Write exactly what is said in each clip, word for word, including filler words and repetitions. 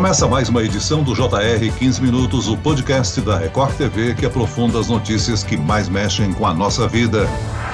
Começa mais uma edição do J R quinze Minutos, o podcast da Record T V que aprofunda as notícias que mais mexem com a nossa vida.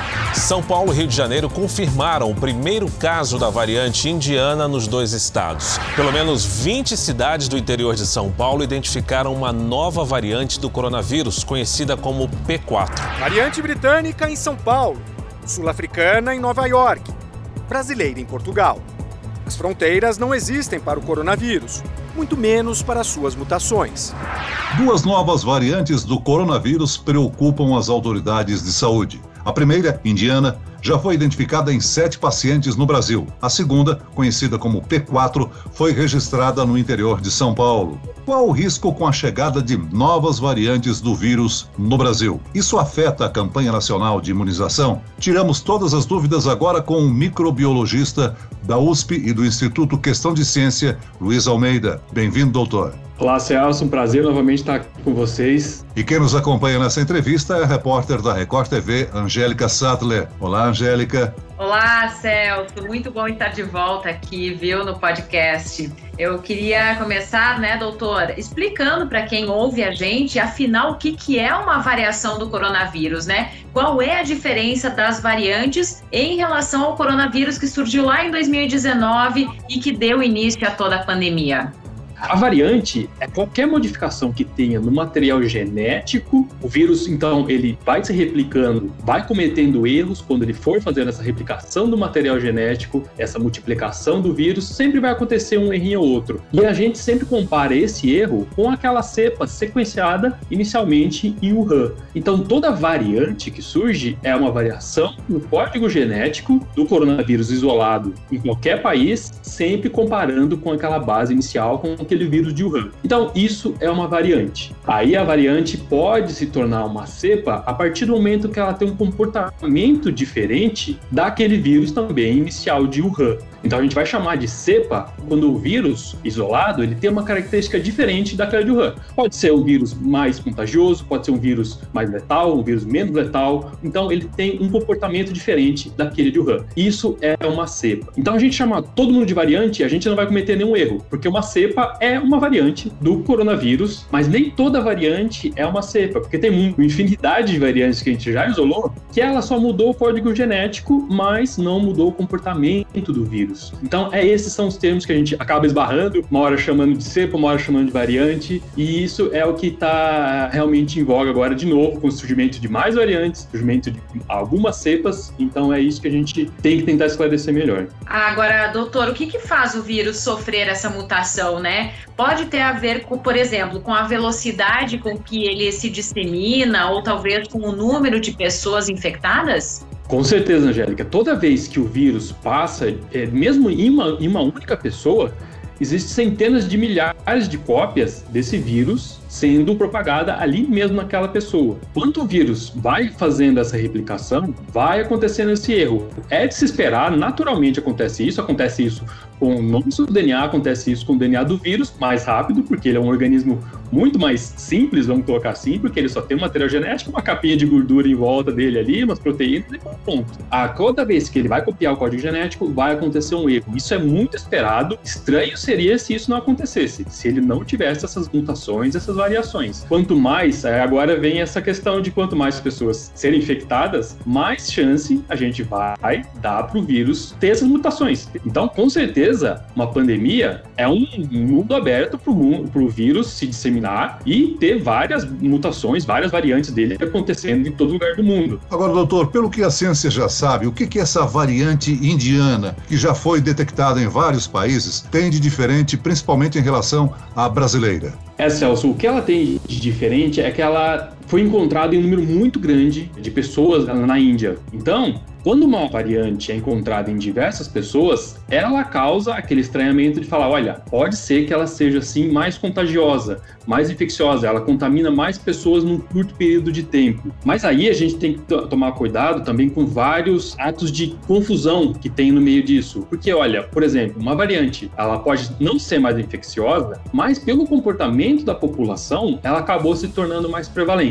São Paulo e Rio de Janeiro confirmaram o primeiro caso da variante indiana nos dois estados. Pelo menos vinte cidades do interior de São Paulo identificaram uma nova variante do coronavírus, conhecida como P quatro. Variante britânica em São Paulo, sul-africana em Nova York, brasileira em Portugal. As fronteiras não existem para o coronavírus, muito menos para suas mutações. Duas novas variantes do coronavírus preocupam as autoridades de saúde. A primeira, indiana, já foi identificada em sete pacientes no Brasil. A segunda, conhecida como P quatro, foi registrada no interior de São Paulo. Qual o risco com a chegada de novas variantes do vírus no Brasil? Isso afeta a campanha nacional de imunização? Tiramos todas as dúvidas agora com o microbiologista da U S P e do Instituto Questão de Ciência, Luiz Almeida. Bem-vindo, doutor. Olá, Celso, um prazer novamente estar aqui com vocês. E quem nos acompanha nessa entrevista é a repórter da Record T V, Angélica Sattler. Olá, Angélica. Olá, Celso, muito bom estar de volta aqui, viu, no podcast. Eu queria começar, né, doutor, explicando para quem ouve a gente, afinal, o que, que é uma variação do coronavírus, né? Qual é a diferença das variantes em relação ao coronavírus que surgiu lá em dois mil e dezenove e que deu início a toda a pandemia? A variante é qualquer modificação que tenha no material genético. O vírus, então, ele vai se replicando, vai cometendo erros quando ele for fazendo essa replicação do material genético, essa multiplicação do vírus, sempre vai acontecer um errinho ou outro. E a gente sempre compara esse erro com aquela cepa sequenciada inicialmente em Wuhan. Então, toda variante que surge é uma variação no código genético do coronavírus isolado em qualquer país, sempre comparando com aquela base inicial, com aquele vírus de Wuhan. Então, isso é uma variante. Aí a variante pode se tornar uma cepa a partir do momento que ela tem um comportamento diferente daquele vírus também inicial de Wuhan. Então, a gente vai chamar de cepa quando o vírus isolado ele tem uma característica diferente daquela de Wuhan. Pode ser um vírus mais contagioso, pode ser um vírus mais letal, um vírus menos letal. Então, ele tem um comportamento diferente daquele de Wuhan. Isso é uma cepa. Então, a gente chama todo mundo de variante e a gente não vai cometer nenhum erro, porque uma cepa é uma variante do coronavírus, mas nem toda variante é uma cepa, porque tem uma infinidade de variantes que a gente já isolou, que ela só mudou o código genético, mas não mudou o comportamento do vírus. Então, é, esses são os termos que a gente acaba esbarrando, uma hora chamando de cepa, uma hora chamando de variante, e isso é o que está realmente em voga agora de novo, com o surgimento de mais variantes, surgimento de algumas cepas, então é isso que a gente tem que tentar esclarecer melhor. Agora, doutor, o que que faz o vírus sofrer essa mutação, né? Pode ter a ver, com, por exemplo, com a velocidade com que ele se dissemina, ou talvez com o número de pessoas infectadas? Com certeza, Angélica. Toda vez que o vírus passa, é, mesmo em uma, em uma única pessoa, existem centenas de milhares de cópias desse vírus sendo propagada ali mesmo naquela pessoa. Quando o vírus vai fazendo essa replicação, vai acontecendo esse erro. É de se esperar, naturalmente acontece isso, acontece isso com o nosso D N A, acontece isso com o D N A do vírus, mais rápido, porque ele é um organismo muito mais simples, vamos colocar assim, porque ele só tem um material genético, uma capinha de gordura em volta dele ali, umas proteínas e pronto. A cada vez que ele vai copiar o código genético, vai acontecer um erro. Isso é muito esperado. Estranho seria se isso não acontecesse, se ele não tivesse essas mutações, essas variações. Quanto mais, agora vem essa questão de quanto mais pessoas serem infectadas, mais chance a gente vai dar para o vírus ter essas mutações. Então, com certeza, uma pandemia é um mundo aberto para o vírus se disseminar e ter várias mutações, várias variantes dele acontecendo em todo lugar do mundo. Agora, doutor, pelo que a ciência já sabe, o que que essa variante indiana, que já foi detectada em vários países, tem de diferente, principalmente em relação à brasileira? É, Celso, o que ela tem de diferente é que ela foi encontrada em um número muito grande de pessoas na Índia. Então, quando uma variante é encontrada em diversas pessoas, ela causa aquele estranhamento de falar, olha, pode ser que ela seja assim mais contagiosa, mais infecciosa, ela contamina mais pessoas num curto período de tempo. Mas aí a gente tem que t- tomar cuidado também com vários atos de confusão que tem no meio disso. Porque, olha, por exemplo, uma variante, ela pode não ser mais infecciosa, mas pelo comportamento da população, ela acabou se tornando mais prevalente.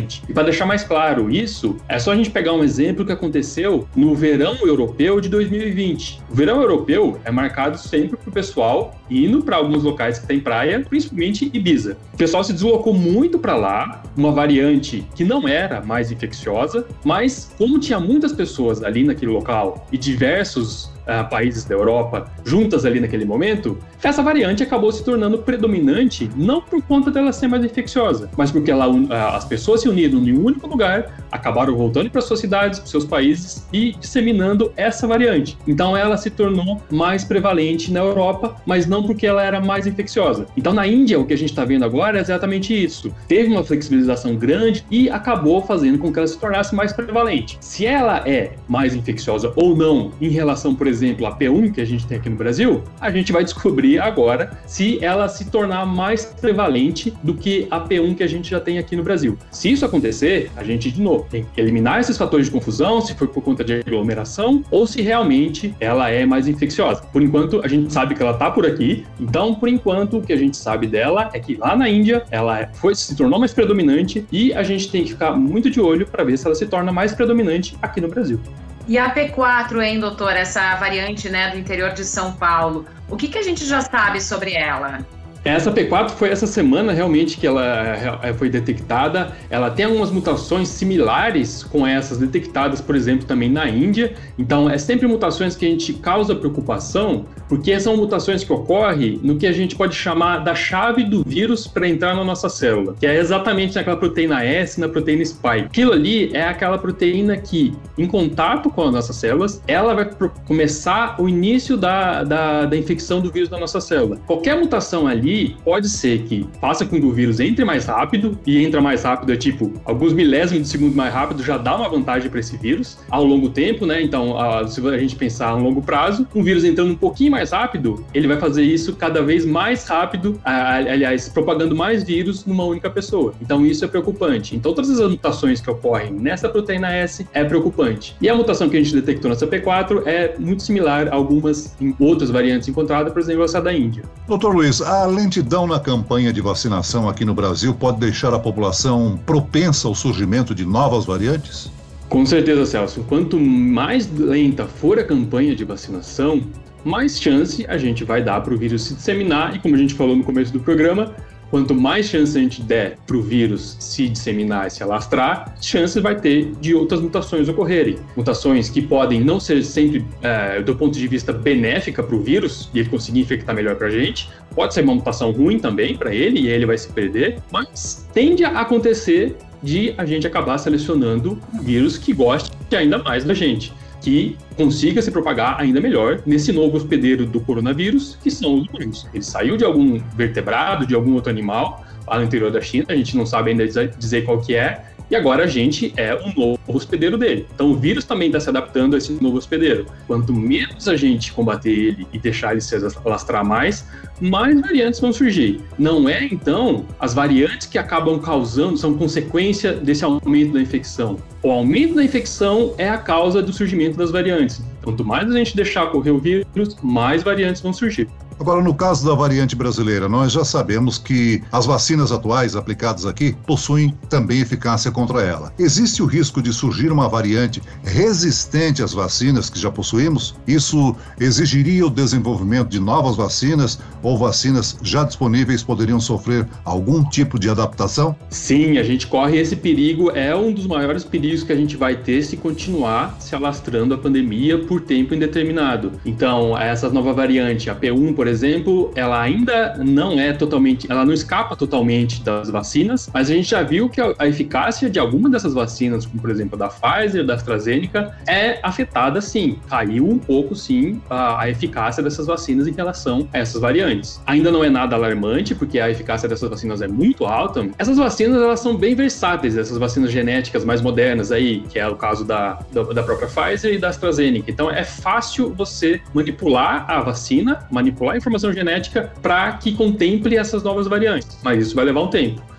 prevalente. E para deixar mais claro isso, é só a gente pegar um exemplo que aconteceu no verão europeu de dois mil e vinte. O verão europeu é marcado sempre para o pessoal indo para alguns locais que tem praia, principalmente Ibiza. O pessoal se deslocou muito para lá, uma variante que não era mais infecciosa, mas como tinha muitas pessoas ali naquele local e diversos uh, países da Europa juntas ali naquele momento, essa variante acabou se tornando predominante não por conta dela ser mais infecciosa, mas porque ela, uh, as pessoas se uniram em um único lugar, acabaram voltando para suas cidades, para seus países e disseminando essa variante. Então ela se tornou mais prevalente na Europa, mas não porque ela era mais infecciosa. Então na Índia, o que a gente está vendo agora é exatamente isso. Teve uma flexibilização grande e acabou fazendo com que ela se tornasse mais prevalente. Se ela é mais infecciosa ou não em relação, por exemplo, à P um que a gente tem aqui no Brasil, a gente vai descobrir agora se ela se tornar mais prevalente do que a P um que a gente já tem aqui no Brasil. Se isso acontecer, a gente, de novo, tem que eliminar esses fatores de confusão, se for por conta de aglomeração ou se realmente ela é mais infecciosa. Por enquanto, a gente sabe que ela está por aqui, então, por enquanto, o que a gente sabe dela é que lá na Índia, ela foi, se tornou mais predominante e a gente tem que ficar muito de olho para ver se ela se torna mais predominante aqui no Brasil. E a P quatro, hein, doutor? Essa variante, né, do interior de São Paulo. O que, que a gente já sabe sobre ela? Essa P quatro foi essa semana realmente que ela foi detectada. Ela tem algumas mutações similares com essas detectadas, por exemplo, também na Índia. Então, é sempre mutações que a gente causa preocupação, porque são mutações que ocorrem no que a gente pode chamar da chave do vírus para entrar na nossa célula, que é exatamente naquela proteína S, na proteína spike. Aquilo ali é aquela proteína que, em contato com as nossas células, ela vai começar o início da, da, da infecção do vírus na nossa célula. Qualquer mutação ali pode ser que faça com que o vírus entre mais rápido, e entra mais rápido é tipo, alguns milésimos de segundo mais rápido já dá uma vantagem para esse vírus, ao longo tempo, né? Então, a, se a gente pensar a longo prazo, um vírus entrando um pouquinho mais rápido, ele vai fazer isso cada vez mais rápido, a, aliás, propagando mais vírus numa única pessoa. Então, isso é preocupante. Então, todas as mutações que ocorrem nessa proteína S é preocupante. E a mutação que a gente detectou nessa P quatro é muito similar a algumas em outras variantes encontradas, por exemplo, essa da Índia. doutor Luiz, a lentidão na campanha de vacinação aqui no Brasil pode deixar a população propensa ao surgimento de novas variantes? Com certeza, Celso. Quanto mais lenta for a campanha de vacinação, mais chance a gente vai dar para o vírus se disseminar e, como a gente falou no começo do programa, quanto mais chance a gente der para o vírus se disseminar e se alastrar, chance vai ter de outras mutações ocorrerem. Mutações que podem não ser sempre, é, do ponto de vista benéfica para o vírus, e ele conseguir infectar melhor para a gente, pode ser uma mutação ruim também para ele, e ele vai se perder, mas tende a acontecer de a gente acabar selecionando um vírus que goste ainda mais da gente, que consiga se propagar ainda melhor nesse novo hospedeiro do coronavírus, que são os humanos. Ele saiu de algum vertebrado, de algum outro animal, lá no interior da China, a gente não sabe ainda dizer qual que é, e agora a gente é um novo hospedeiro dele. Então o vírus também está se adaptando a esse novo hospedeiro. Quanto menos a gente combater ele e deixar ele se alastrar mais, mais variantes vão surgir. Não é, então, as variantes que acabam causando, são consequência desse aumento da infecção. O aumento da infecção é a causa do surgimento das variantes. Quanto mais a gente deixar correr o vírus, mais variantes vão surgir. Agora, no caso da variante brasileira, nós já sabemos que as vacinas atuais aplicadas aqui possuem também eficácia contra ela. Existe o risco de surgir uma variante resistente às vacinas que já possuímos? Isso exigiria o desenvolvimento de novas vacinas ou vacinas já disponíveis poderiam sofrer algum tipo de adaptação? Sim, a gente corre esse perigo, é um dos maiores perigos que a gente vai ter se continuar se alastrando a pandemia por tempo indeterminado. Então, essa nova variante, a P um, por exemplo, ela ainda não é totalmente, ela não escapa totalmente das vacinas, mas a gente já viu que a, a eficácia de alguma dessas vacinas, como por exemplo da Pfizer, da AstraZeneca, é afetada sim, caiu um pouco sim a, a eficácia dessas vacinas em relação a essas variantes. Ainda não é nada alarmante, porque a eficácia dessas vacinas é muito alta. Essas vacinas, elas são bem versáteis, essas vacinas genéticas mais modernas aí, que é o caso da, da, da própria Pfizer e da AstraZeneca. Então é fácil você manipular a vacina, manipular a informação genética para que contemple essas novas variantes, mas isso vai levar um tempo.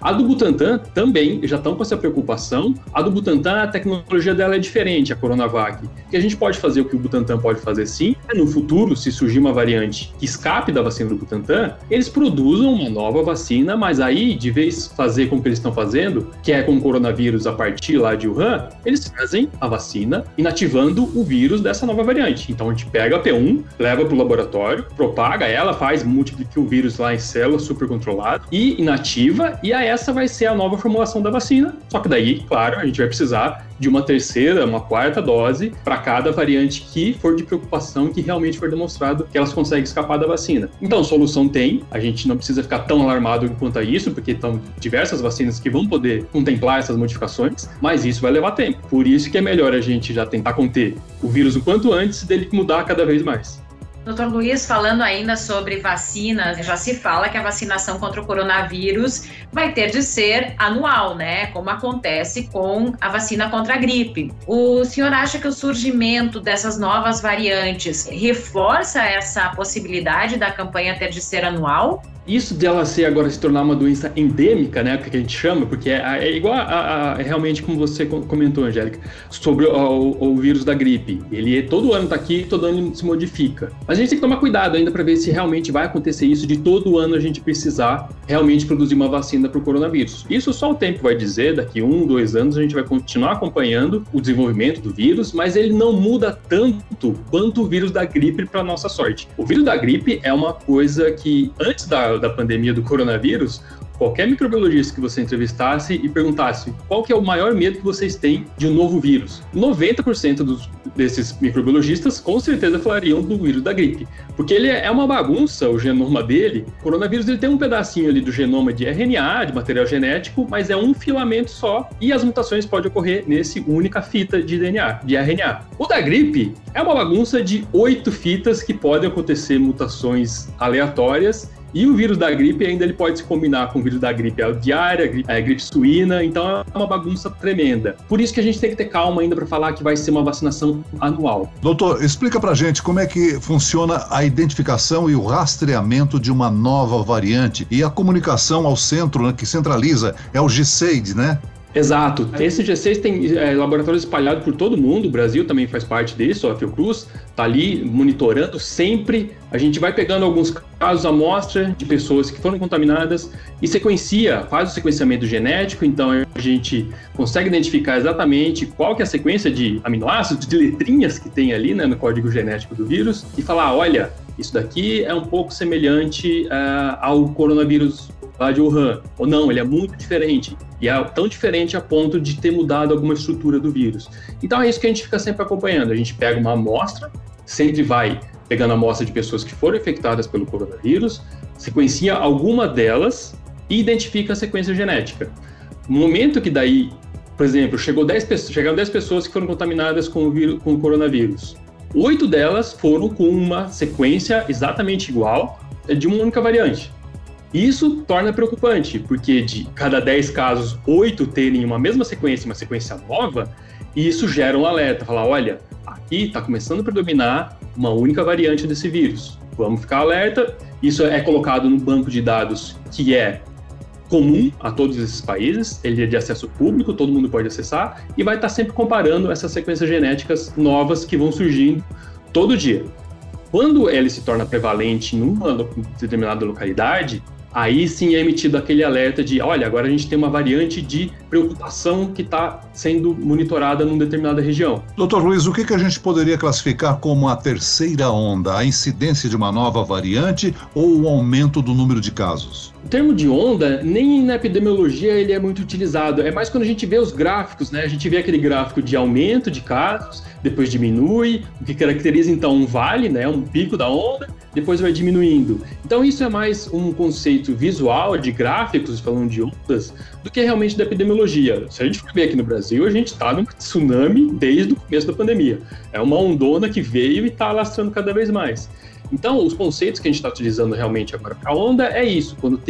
A do Butantan também já estão com essa preocupação. A do Butantan, a tecnologia dela é diferente, a Coronavac. Que a gente pode fazer o que o Butantan pode fazer sim, é no futuro, se surgir uma variante que escape da vacina do Butantan, eles produzam uma nova vacina, mas aí, de vez fazer como que eles estão fazendo, que é com o coronavírus a partir lá de Wuhan, eles fazem a vacina inativando o vírus dessa nova variante. Então a gente pega a P um, leva para o laboratório, propaga ela, faz, multiplica o vírus lá em células super controlado e inativa, e aí essa vai ser a nova formulação da vacina. Só que daí, claro, a gente vai precisar de uma terceira, uma quarta dose para cada variante que for de preocupação, que realmente for demonstrado que elas conseguem escapar da vacina. Então, solução tem, a gente não precisa ficar tão alarmado quanto a isso, porque estão diversas vacinas que vão poder contemplar essas modificações, mas isso vai levar tempo. Por isso que é melhor a gente já tentar conter o vírus o quanto antes dele mudar cada vez mais. doutor Luiz, falando ainda sobre vacinas, já se fala que a vacinação contra o coronavírus vai ter de ser anual, né? Como acontece com a vacina contra a gripe. O senhor acha que o surgimento dessas novas variantes reforça essa possibilidade da campanha ter de ser anual? Isso dela ser agora se tornar uma doença endêmica, né, que a gente chama, porque é, é igual a, a, a realmente como você comentou, Angélica, sobre o, o, o vírus da gripe. Ele é, todo ano tá aqui, todo ano se modifica. Mas a gente tem que tomar cuidado ainda para ver se realmente vai acontecer isso, de todo ano a gente precisar realmente produzir uma vacina para o coronavírus. Isso só o tempo vai dizer, daqui um, dois anos a gente vai continuar acompanhando o desenvolvimento do vírus, mas ele não muda tanto quanto o vírus da gripe, para nossa sorte. O vírus da gripe é uma coisa que antes da da pandemia do coronavírus, qualquer microbiologista que você entrevistasse e perguntasse qual que é o maior medo que vocês têm de um novo vírus, noventa por cento dos, desses microbiologistas com certeza falariam do vírus da gripe, porque ele é uma bagunça, o genoma dele. O coronavírus ele tem um pedacinho ali do genoma de R N A, de material genético, mas é um filamento só, e as mutações podem ocorrer nesse única fita de D N A, de R N A. O da gripe é uma bagunça de oito fitas que podem acontecer mutações aleatórias. E o vírus da gripe ainda ele pode se combinar com o vírus da gripe aviária, gripe, é, gripe suína, então é uma bagunça tremenda. Por isso que a gente tem que ter calma ainda para falar que vai ser uma vacinação anual. Doutor, explica pra gente como é que funciona a identificação e o rastreamento de uma nova variante e a comunicação ao centro, né, que centraliza, é o G seis, né? Exato. Esse G seis tem é, laboratórios espalhados por todo mundo, o Brasil também faz parte disso, a Fiocruz está ali monitorando sempre. A gente vai pegando alguns casos amostra de pessoas que foram contaminadas e sequencia, faz o sequenciamento genético, então a gente consegue identificar exatamente qual que é a sequência de aminoácidos, de letrinhas que tem ali, né, no código genético do vírus e falar, olha, isso daqui é um pouco semelhante uh, ao coronavírus lá de Wuhan, ou não, ele é muito diferente, e é tão diferente a ponto de ter mudado alguma estrutura do vírus. Então é isso que a gente fica sempre acompanhando, a gente pega uma amostra, sempre vai pegando a amostra de pessoas que foram infectadas pelo coronavírus, sequencia alguma delas e identifica a sequência genética. No momento que daí, por exemplo, chegou dez pessoas, chegaram dez pessoas que foram contaminadas com o, vírus, com o coronavírus, oito delas foram com uma sequência exatamente igual de uma única variante. Isso torna preocupante, porque de cada dez casos, oito terem uma mesma sequência, uma sequência nova, e isso gera um alerta, falar, olha, aqui está começando a predominar uma única variante desse vírus. Vamos ficar alerta. Isso é colocado no banco de dados que é comum a todos esses países, ele é de acesso público, todo mundo pode acessar, e vai estar sempre comparando essas sequências genéticas novas que vão surgindo todo dia. Quando ele se torna prevalente em uma determinada localidade, aí sim é emitido aquele alerta de, olha, agora a gente tem uma variante de preocupação que está sendo monitorada numa determinada região. doutor Luiz, o que, que a gente poderia classificar como a terceira onda? A incidência de uma nova variante ou o aumento do número de casos? O termo de onda, nem na epidemiologia ele é muito utilizado, é mais quando a gente vê os gráficos, né? A gente vê aquele gráfico de aumento de casos, depois diminui, o que caracteriza então um vale, né? Um pico da onda, depois vai diminuindo. Então isso é mais um conceito visual de gráficos, falando de ondas, do que realmente da epidemiologia. Se a gente for ver aqui no Brasil, a gente está num tsunami desde o começo da pandemia. É uma ondona que veio e está alastrando cada vez mais. Então, os conceitos que a gente está utilizando realmente agora para a onda é isso, quando tem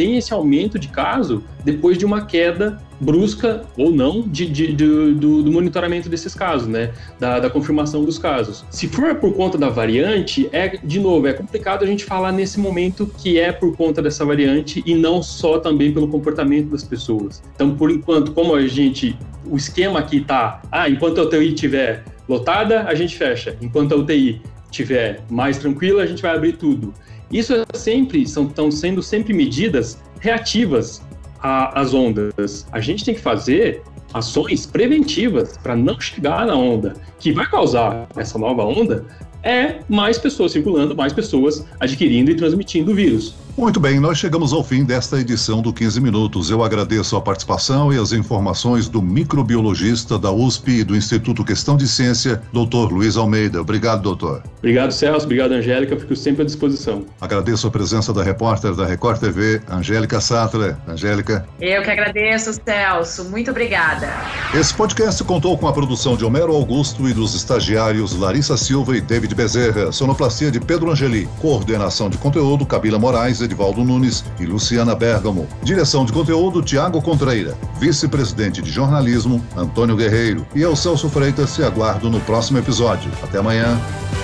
tem esse aumento de caso depois de uma queda brusca ou não de, de, de, do, do monitoramento desses casos, né? Da, da confirmação dos casos. Se for por conta da variante, é, de novo, é complicado a gente falar nesse momento que é por conta dessa variante e não só também pelo comportamento das pessoas. Então, por enquanto, como a gente, o esquema aqui tá, ah, enquanto a U T I estiver lotada, a gente fecha. Enquanto a U T I estiver mais tranquila, a gente vai abrir tudo. Isso é sempre, são, estão sendo sempre medidas reativas às ondas. A gente tem que fazer ações preventivas para não chegar na onda que vai causar essa nova onda, é mais pessoas circulando, mais pessoas adquirindo e transmitindo o vírus. Muito bem, nós chegamos ao fim desta edição do quinze Minutos. Eu agradeço a participação e as informações do microbiologista da U S P e do Instituto Questão de Ciência, doutor Luiz Almeida. Obrigado, doutor. Obrigado, Celso. Obrigado, Angélica. Eu fico sempre à disposição. Agradeço a presença da repórter da Record T V, Angélica Sattler. Angélica. Eu que agradeço, Celso. Muito obrigada. Esse podcast contou com a produção de Homero Augusto e dos estagiários Larissa Silva e David Bezerra, sonoplastia de Pedro Angeli, coordenação de conteúdo Camila Moraes, Edivaldo Nunes e Luciana Bergamo. Direção de conteúdo, Tiago Contreira. Vice-presidente de jornalismo, Antônio Guerreiro. E eu, Celso Freitas, te aguardo no próximo episódio. Até amanhã.